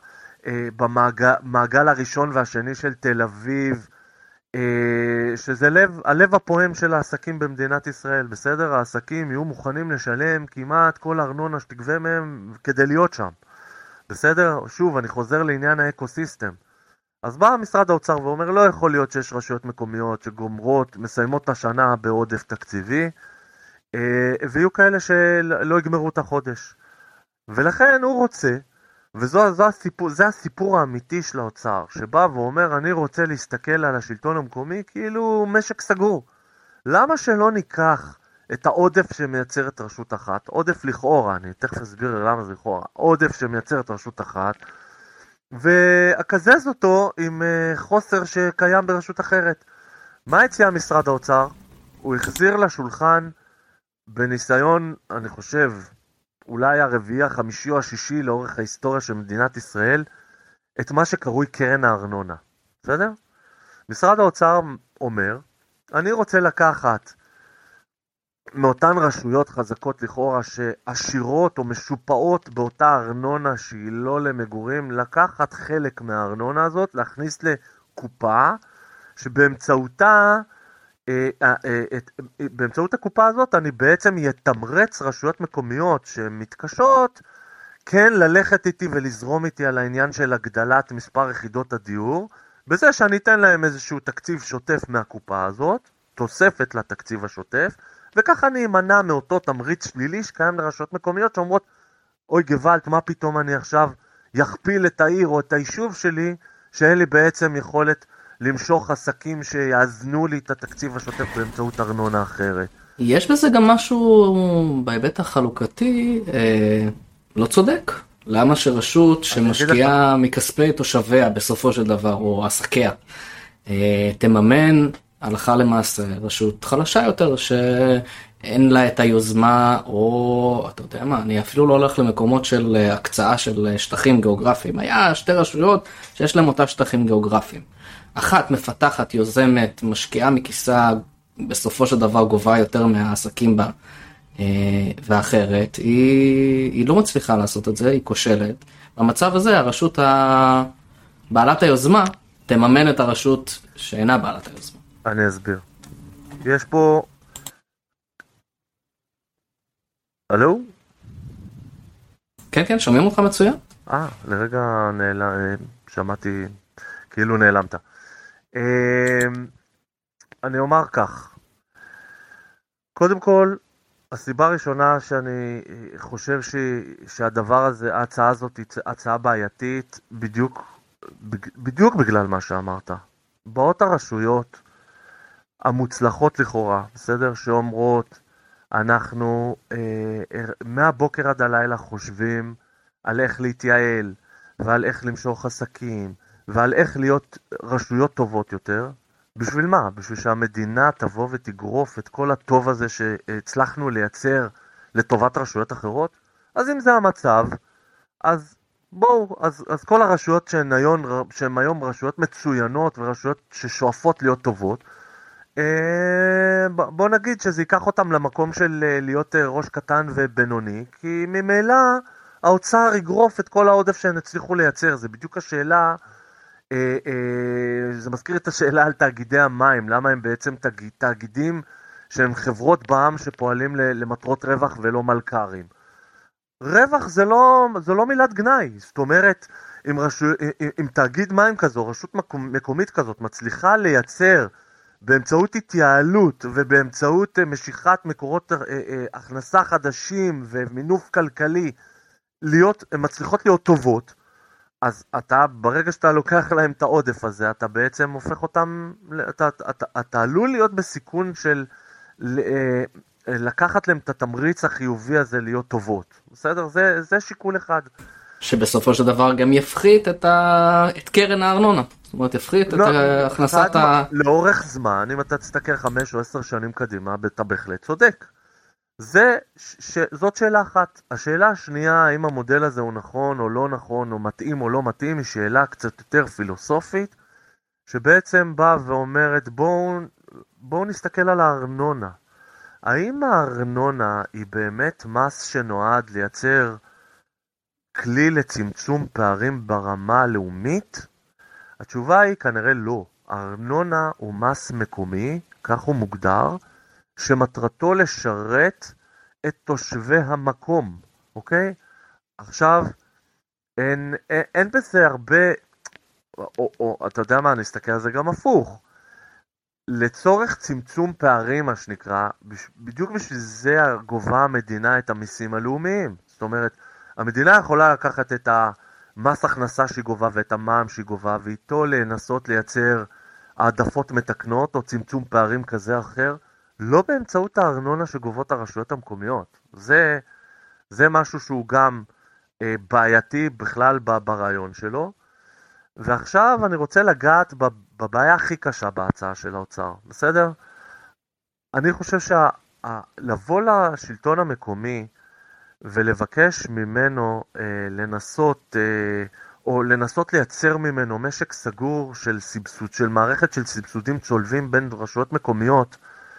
במעגל הראשון והשני של תל אביב, שזה לב, הלב הפועם של העסקים במדינת ישראל, בסדר? העסקים יהיו מוכנים לשלם כמעט כל ארנונה שתגבה מהם כדי להיות שם, בסדר? שוב, אני חוזר לעניין האקוסיסטם. אז בא משרד האוצר ואומר, לא יכול להיות שיש רשויות מקומיות שגומרות, מסיימות את השנה בעודף תקציבי, ויהיו כאלה שלא יגמרו את החודש. ולכן הוא רוצה, וזה הסיפור, זה הסיפור האמיתי של האוצר, שבא ואומר, אני רוצה להסתכל על השלטון המקומי כאילו משק סגור. למה שלא ניקח את העודף שמייצרת רשות אחת, עודף לכאורה, אני תכף אסביר למה זה לכאורה, עודף שמייצרת רשות אחת, ואקזז אותו עם חוסר שקיים ברשות אחרת. מה הציע משרד האוצר? הוא החזיר לשולחן בניסיון, אני חושב, אולי הרביעי, החמישי או השישי לאורך ההיסטוריה של מדינת ישראל, את מה שקרוי קרן הארנונה. בסדר? משרד האוצר אומר, אני רוצה לקחת מאותן רשויות חזקות לכאורה שעשירות או משופעות באותה ארנונה שהיא לא למגורים, לקחת חלק מהארנונה הזאת, להכניס לקופה שבאמצעותה, באמצעות הקופה הזאת אני בעצם יתמרץ רשויות מקומיות שמתקשות, כן ללכת איתי ולזרום איתי על העניין של הגדלת מספר יחידות הדיור, בזה שאני אתן להם איזשהו תקציב שוטף מהקופה הזאת, תוספת לתקציב השוטף, וככה אני אמנע מאותו תמריץ שלילי שקיים לרשויות מקומיות שאומרות, אוי גוואלט, מה פתאום אני עכשיו יכפיל את העיר או את היישוב שלי, שאין לי בעצם יכולת למשוך עסקים שיאזנו לי את התקציב השוטף באמצעות ארנונה אחרת. יש בזה גם משהו בהיבט החלוקתי אה, לא צודק. למה שרשות שמשקיעה מכספי תושביה בסופו של דבר, או עסקיה, אה, תממן הלכה למעשה רשות חלשה יותר, שאין לה את היוזמה, או אתה יודע מה, אני אפילו לא הולך למקומות של הקצאה של שטחים גיאוגרפיים. היה שתי רשויות שיש להם אותה שטחים גיאוגרפיים. אחת מפתחת, יוזמת, משקיעה מכיסה, בסופו של דבר גובה יותר מהעסקים בה, ואחרת, היא, היא לא מצליחה לעשות את זה, היא כושלת. במצב הזה, הרשות ה... בעלת היוזמה תממן את הרשות שאינה בעלת היוזמה. אני אסביר. יש פה... הלו? כן, כן, שומעים אותך מצוין? אה, לרגע נעלם, שמעתי, כאילו נעלמת. אני אומר כך. קודם כל, הסיבה הראשונה שאני חושב ש... שהדבר הזה, ההצעה הזאת היא הצעה בעייתית, בדיוק, בדיוק בגלל מה שאמרת. באות הרשויות המוצלחות לכאורה, בסדר? שאומרות, אנחנו אה, מהבוקר עד הלילה חושבים על איך להתייעל, ועל איך למשוך עסקים, ועל איך להיות רשויות טובות יותר. בשביל מה? בשביל שהמדינה תבוא ותגרוף את כל הטוב הזה שהצלחנו לייצר לטובת רשויות אחרות? אז אם זה המצב, אז בואו, אז, אז כל הרשויות שהן היום, שהן היום רשויות מצוינות ורשויות ששואפות להיות טובות, אה, בואו נגיד שזה ייקח אותם למקום של להיות ראש קטן ובינוני, כי ממילא האוצר יגרוף את כל העודף שהן הצליחו לייצר. זה בדיוק השאלה, אה, אה, זה מזכיר את השאלה על תאגידי המים, למה הם בעצם תאגיד, תאגידים שהם חברות בעם שפועלים למטרות רווח ולא מלכ"רים. רווח זה לא, זה לא מילת גנאי, זאת אומרת, אם, רשו, אם, אם תאגיד מים כזו, רשות מקומית כזאת, מצליחה לייצר באמצעות התייעלות ובאמצעות משיכת מקורות הכנסה חדשים ומינוף כלכלי, להיות, הן מצליחות להיות טובות, אז אתה, ברגע שאתה לוקח להם את העודף הזה, אתה בעצם הופך אותם, אתה, אתה, אתה, אתה עלול להיות בסיכון של לקחת להם את התמריץ החיובי הזה להיות טובות. בסדר? זה, זה שיקול אחד. שבסופו של דבר גם יפחית את, ה... את קרן הארנונה. זאת אומרת, יפחית לא, את הכנסת ה... לאורך זמן, אם אתה תסתכל חמש או עשר שנים קדימה, אתה בהחלט צודק. זה, ש... זאת שאלה אחת. השאלה השנייה, האם המודל הזה הוא נכון או לא נכון, או מתאים או לא מתאים, היא שאלה קצת יותר פילוסופית, שבעצם באה ואומרת, בואו, בואו נסתכל על הארנונה. האם הארנונה היא באמת מס שנועד לייצר כלי לצמצום פערים ברמה הלאומית? התשובה היא כנראה לא. הארנונה הוא מס מקומי, כך הוא מוגדר, שמטרתו לשרת את תושבי המקום, אוקיי? עכשיו, אין, אין, אין בזה הרבה, או, או אתה יודע מה, אני אסתכל על זה גם הפוך. לצורך צמצום פערים, מה שנקרא, בדיוק בשביל זה גובה המדינה את המיסים הלאומיים. זאת אומרת, המדינה יכולה לקחת את המס הכנסה שהיא גובה ואת המע"מ שהיא גובה, ואיתו לנסות לייצר העדפות מתקנות או צמצום פערים כזה או אחר, לא באמצעות הארנונה שגובות הרשויות המקומיות. זה, זה משהו שהוא גם אה, בעייתי בכלל ברעיון שלו. ועכשיו אני רוצה לגעת בבעיה הכי קשה בהצעה של האוצר, בסדר? אני חושב שלבוא לשלטון המקומי ולבקש ממנו אה, לנסות, אה, או לנסות לייצר ממנו משק סגור של סבסוד, של מערכת של סבסודים צולבים בין רשויות מקומיות,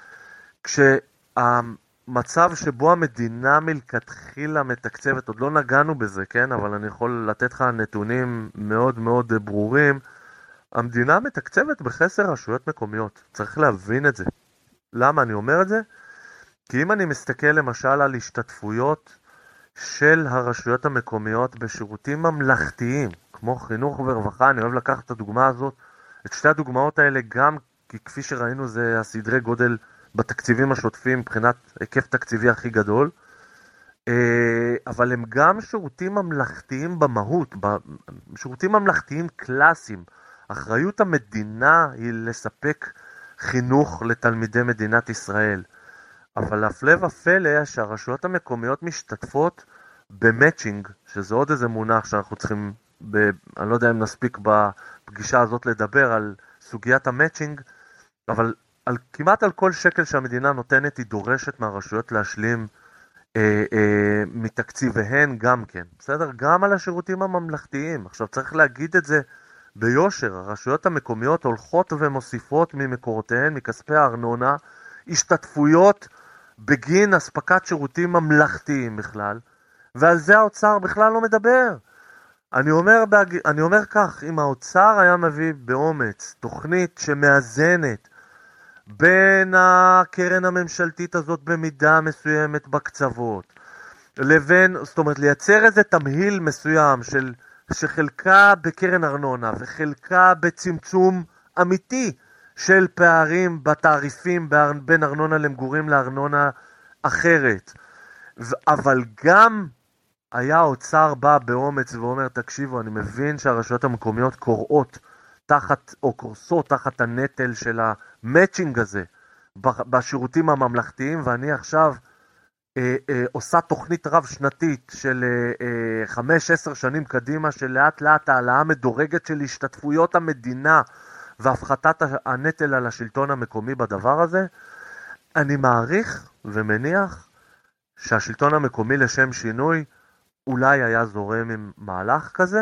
כשהמצב שבו המדינה מלכתחילה מתקצבת, עוד לא נגענו בזה, כן? אבל אני יכול לתת לך נתונים מאוד מאוד ברורים, המדינה מתקצבת בחסר רשויות מקומיות, צריך להבין את זה. למה אני אומר את זה? כי אם אני מסתכל למשל על השתתפויות של הרשויות המקומיות בשירותים ממלכתיים, כמו חינוך ורווחה, אני אוהב לקחת את הדוגמה הזאת, את שתי הדוגמאות האלה גם, כי כפי שראינו זה הסדרי גודל בתקציבים השוטפים מבחינת היקף תקציבי הכי גדול, אבל הם גם שירותים ממלכתיים במהות, שירותים ממלכתיים קלאסיים. אחריות המדינה היא לספק חינוך לתלמידי מדינת ישראל. אבל הפלא ופלא שהרשויות המקומיות משתתפות במאצ'ינג, שזה עוד איזה מונח שאנחנו צריכים, ב, אני לא יודע אם נספיק בפגישה הזאת לדבר על סוגיית המאצ'ינג, אבל על, כמעט על כל שקל שהמדינה נותנת היא דורשת מהרשויות להשלים אה, אה, מתקציביהן גם כן. בסדר? גם על השירותים הממלכתיים. עכשיו צריך להגיד את זה ביושר, הרשויות המקומיות הולכות ומוסיפות ממקורותיהן, מכספי הארנונה, השתתפויות בגין הספקת שירותים ממלכתיים בכלל, ועל זה האוצר בכלל לא מדבר. אני אומר, בהג... אני אומר כך, אם האוצר היה מביא באומץ תוכנית שמאזנת בין הקרן הממשלתית הזאת במידה מסוימת בקצוות, לבין, זאת אומרת, לייצר איזה תמהיל מסוים של, שחלקה בקרן ארנונה וחלקה בצמצום אמיתי של פערים בתעריפים בין ארנונה למגורים לארנונה אחרת. אבל גם היה האוצר בא באומץ ואומר, תקשיבו, אני מבין שהרשויות המקומיות קוראות תחת, או קורסות תחת הנטל של המאצ'ינג הזה בשירותים הממלכתיים, ואני עכשיו אה, אה, עושה תוכנית רב שנתית של אה, אה, חמש עשר שנים קדימה, של לאט לאט העלאה מדורגת של השתתפויות המדינה, והפחתת הנטל על השלטון המקומי בדבר הזה. אני מעריך ומניח שהשלטון המקומי לשם שינוי אולי היה זורם עם מהלך כזה,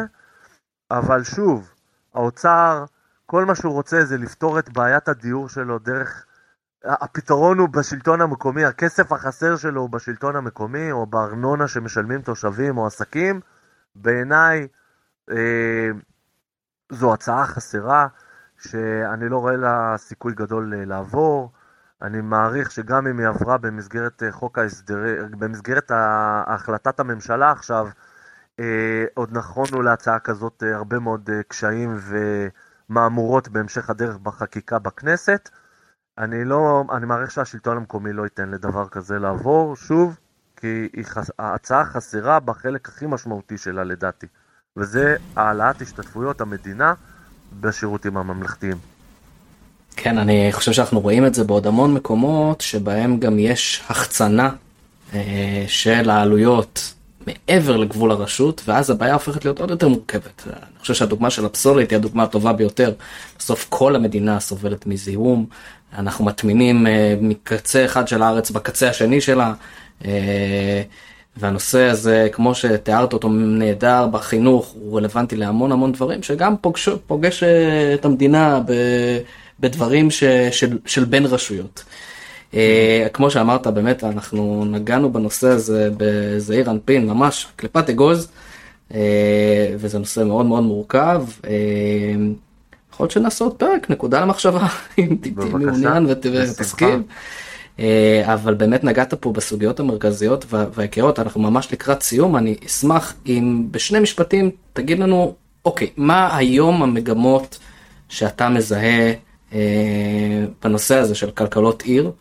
אבל שוב, האוצר, כל מה שהוא רוצה זה לפתור את בעיית הדיור שלו דרך, הפתרון הוא בשלטון המקומי, הכסף החסר שלו הוא בשלטון המקומי, או בארנונה שמשלמים תושבים או עסקים. בעיניי אה, זו הצעה חסרה, שאני לא רואה לה סיכוי גדול לעבור. אני מעריך שגם אם היא עברה במסגרת חוק ההסדר, במסגרת החלטת הממשלה עכשיו, עוד נכונו להצעה כזאת הרבה מאוד קשיים ומאמורות בהמשך הדרך בחקיקה בכנסת. אני לא, אני מעריך שהשלטון המקומי לא ייתן לדבר כזה לעבור, שוב, כי ההצעה חסרה בחלק הכי משמעותי שלה לדעתי, וזה העלאת השתתפויות המדינה בשירותים הממלכתיים. כן, אני חושב שאנחנו רואים את זה בעוד המון מקומות שבהם גם יש החצנה אה, של העלויות מעבר לגבול הרשות, ואז הבעיה הופכת להיות עוד יותר מורכבת. אני חושב שהדוגמה של הפסולת היא הדוגמה הטובה ביותר. בסוף כל המדינה סובלת מזיהום, אנחנו מטמינים אה, מקצה אחד של הארץ בקצה השני שלה, אה, והנושא הזה, כמו שתיארת אותו נהדר בחינוך, הוא רלוונטי להמון המון דברים, שגם פוגש, פוגש את המדינה ב, בדברים ש, של, של בין רשויות. Mm-hmm. כמו שאמרת, באמת, אנחנו נגענו בנושא הזה בזעיר אנפין, ממש, קליפת אגוז, וזה נושא מאוד מאוד מורכב. יכול להיות שנעשה עוד פרק, נקודה למחשבה, אם תהיה מעוניין ותסכים. אבל באמת נגעת פה בסוגיות המרכזיות והעיקריות, אנחנו ממש לקראת סיום. אני אשמח אם בשני משפטים תגיד לנו, אוקיי, מה היום המגמות שאתה מזהה בנושא הזה של כלכלות עיר,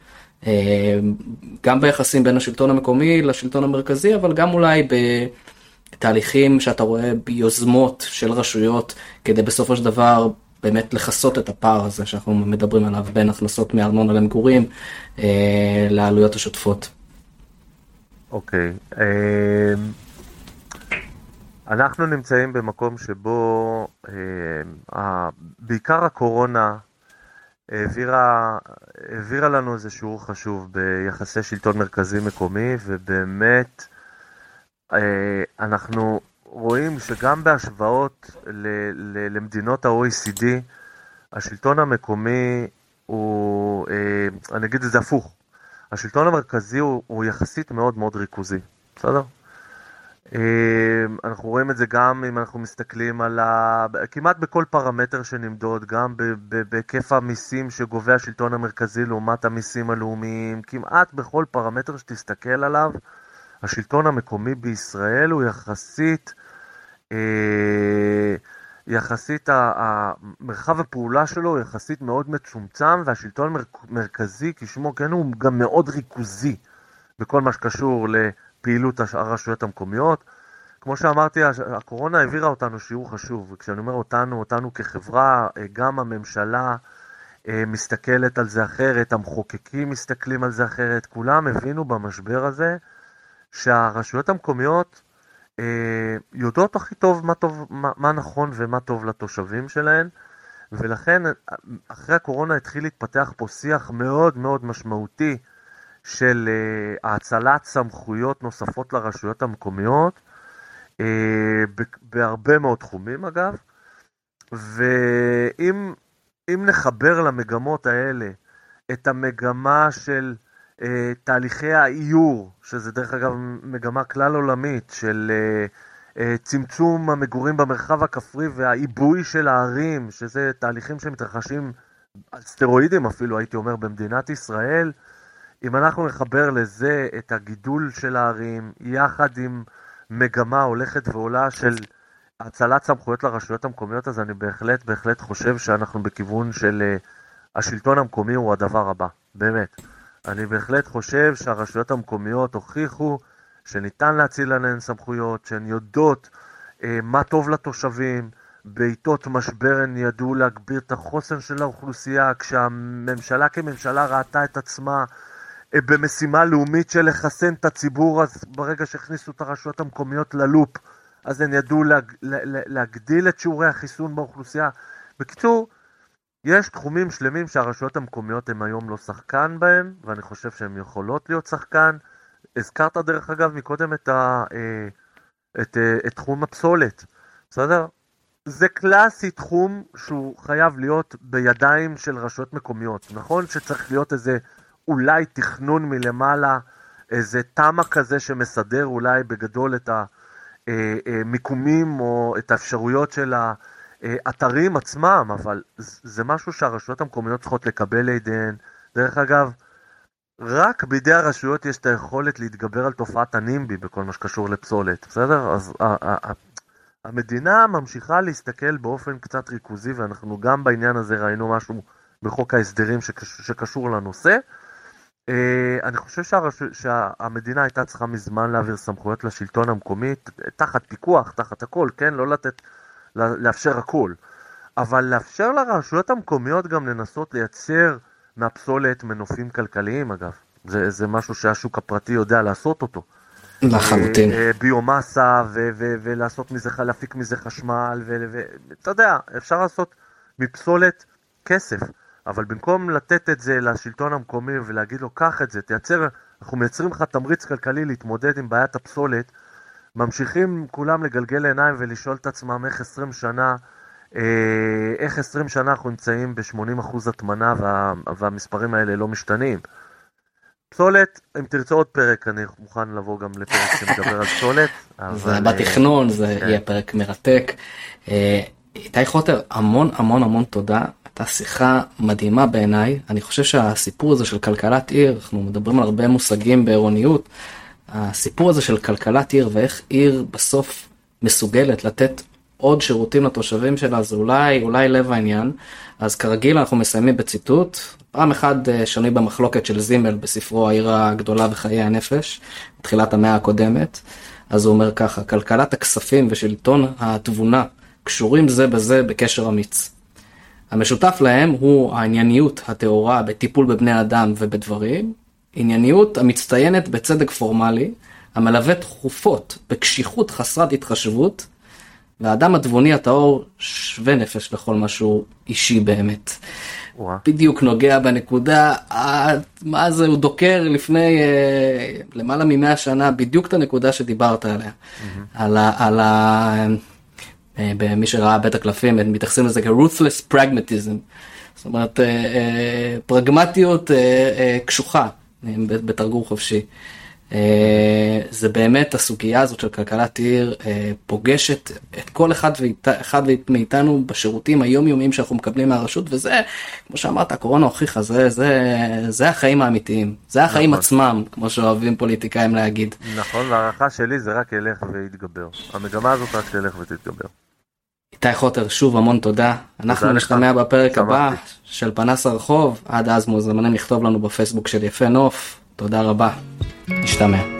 גם ביחסים בין השלטון המקומי לשלטון המרכזי, אבל גם אולי בתהליכים שאתה רואה ביוזמות של רשויות, כדי בסופו של דבר באמת לחסות את הפער הזה שאנחנו מדברים עליו בין הכנסות מארנונה למגורים אה, לעלויות השוטפות. אוקיי. אה, אנחנו נמצאים במקום שבו אה, בעיקר הקורונה העבירה, העבירה לנו איזה שיעור חשוב ביחסי שלטון מרכזי מקומי, ובאמת אה, אנחנו רואים שגם בהשוואות ל, ל, למדינות ה-או אי סי די, השלטון המקומי הוא, אה, אני אגיד את זה הפוך, השלטון המרכזי הוא, הוא יחסית מאוד מאוד ריכוזי, בסדר? אנחנו רואים את זה גם אם אנחנו מסתכלים על ה... כמעט בכל פרמטר שנמדוד, גם בהיקף המיסים שגובה השלטון המרכזי לעומת המיסים הלאומיים, כמעט בכל פרמטר שתסתכל עליו, השלטון המקומי בישראל הוא יחסית, יחסית המרחב הפעולה שלו הוא יחסית מאוד מצומצם, והשלטון המרכזי כשמו כן הוא גם מאוד ריכוזי בכל מה שקשור ל... פעילות הרשויות המקומיות. כמו שאמרתי, הקורונה העבירה אותנו שיעור חשוב, וכשאני אומר אותנו, אותנו כחברה, גם הממשלה מסתכלת על זה אחרת, המחוקקים מסתכלים על זה אחרת, כולם הבינו במשבר הזה שהרשויות המקומיות יודעות הכי טוב מה, טוב, מה, מה נכון ומה טוב לתושבים שלהן, ולכן אחרי הקורונה התחיל להתפתח פה שיח מאוד מאוד משמעותי של uh, הצלת סמכויות נוספות לרשויות המקומיות, uh, בהרבה מאוד תחומים אגב, ואם אם נחבר למגמות האלה את המגמה של uh, תהליכי האיור, שזה דרך אגב מגמה כלל עולמית, של uh, uh, צמצום המגורים במרחב הכפרי והעיבוי של הערים, שזה תהליכים שמתרחשים על סטרואידים אפילו, הייתי אומר, במדינת ישראל, אם אנחנו נחבר לזה את הגידול של הערים, יחד עם מגמה הולכת ועולה של הצלת סמכויות לרשויות המקומיות, אז אני בהחלט, בהחלט חושב שאנחנו בכיוון של השלטון המקומי הוא הדבר הבא, באמת. אני בהחלט חושב שהרשויות המקומיות הוכיחו שניתן להציל עליהן סמכויות, שהן יודעות אה, מה טוב לתושבים, בעיתות משבר הן ידעו להגביר את החוסן של האוכלוסייה, כשהממשלה כממשלה ראתה את עצמה, במשימה לאומית של לחסן את הציבור, אז ברגע שהכניסו את הרשויות המקומיות ללופ, אז הן ידעו להג, להגדיל את שיעורי החיסון באוכלוסייה. בקיצור, יש תחומים שלמים שהרשויות המקומיות הן היום לא שחקן בהם, ואני חושב שהן יכולות להיות שחקן. הזכרת דרך אגב מקודם את, ה, את, את תחום הפסולת, בסדר? זה קלאסי תחום שהוא חייב להיות בידיים של רשויות מקומיות, נכון? שצריך להיות איזה אולי תכנון מלמעלה, איזה תמה כזה שמסדר אולי בגדול את המיקומים או את האפשרויות של האתרים עצמם, אבל זה משהו שהרשויות המקומיות צריכות לקבל לידיהן. דרך אגב, רק בידי הרשויות יש את היכולת להתגבר על תופעת הנימבי בכל מה שקשור לפסולת, בסדר? אז המדינה ממשיכה להסתכל באופן קצת ריכוזי, ואנחנו גם בעניין הזה ראינו משהו בחוק ההסדרים שקשור לנושא. אני חושב שהרש... שהמדינה הייתה צריכה מזמן להעביר סמכויות לשלטון המקומי, תחת פיקוח, תחת הכל, כן? לא לתת, לאפשר הכל. אבל לאפשר לרשויות המקומיות גם לנסות לייצר מהפסולת מנופים כלכליים, אגב. זה, זה משהו שהשוק הפרטי יודע לעשות אותו. לחלוטין. ביומסה, ו- ו- ולעשות מזה, להפיק מזה חשמל, ואתה יודע, אפשר לעשות מפסולת כסף. אבל במקום לתת את זה לשלטון המקומי ולהגיד לו, קח את זה, תייצר, אנחנו מייצרים לך תמריץ כלכלי להתמודד עם בעיית הפסולת, ממשיכים כולם לגלגל עיניים ולשאול את עצמם איך עשרים שנה, איך עשרים שנה אנחנו נמצאים ב-שמונים אחוז התמנה וה, והמספרים האלה לא משתנים. פסולת, אם תרצה עוד פרק, אני מוכן לבוא גם לפרק שמדבר על פסולת. זה בתכנון, זה יהיה פרק מרתק. איתי חוטר, המון המון המון תודה. הייתה שיחה מדהימה בעיניי. אני חושב שהסיפור הזה של כלכלת עיר, אנחנו מדברים על הרבה מושגים בעירוניות, הסיפור הזה של כלכלת עיר ואיך עיר בסוף מסוגלת לתת עוד שירותים לתושבים שלה, זה אולי, אולי לב העניין. אז כרגיל אנחנו מסיימים בציטוט, פעם אחד שני במחלוקת של זימל בספרו העיר הגדולה וחיי הנפש, בתחילת המאה הקודמת. אז הוא אומר ככה, כלכלת הכספים ושלטון התבונה קשורים זה בזה בקשר אמיץ. המשותף להם הוא הענייניות התאורה בטיפול בבני אדם ובדברים, ענייניות המצטיינת בצדק פורמלי, המלווה תכופות בקשיחות חסרת התחשבות, והאדם הדבוני הטהור שווה נפש לכל משהו אישי באמת. וואו. בדיוק נוגע בנקודה, מה זה, הוא דוקר לפני אה, למעלה ממאה שנה, בדיוק את הנקודה שדיברת עליה. Mm-hmm. על ה... על ה אה, במי שראה בית הקלפים, הם מתייחסים לזה כ-ruthless pragmatism. זאת אומרת, אה, אה, פרגמטיות אה, אה, קשוחה, אה, בתרגום חופשי. זה באמת הסוגיה הזאת של כלכלת עיר פוגשת את כל אחד ואחד מאיתנו בשירותים היומיומיים שאנחנו מקבלים מהרשות, וזה, כמו שאמרת, הקורונה הוכיחה, זה, זה, זה החיים האמיתיים, זה החיים נכון. עצמם, כמו שאוהבים פוליטיקאים להגיד. נכון, והערכה שלי זה רק ילך ויתגבר. המגמה הזאת רק תלך ותתגבר. איתי חוטר, שוב המון תודה. אנחנו נשתמע בפרק הבא של פנס הרחוב. עד אז מוזמנים לכתוב לנו בפייסבוק של יפה נוף. תודה רבה. נשתמע.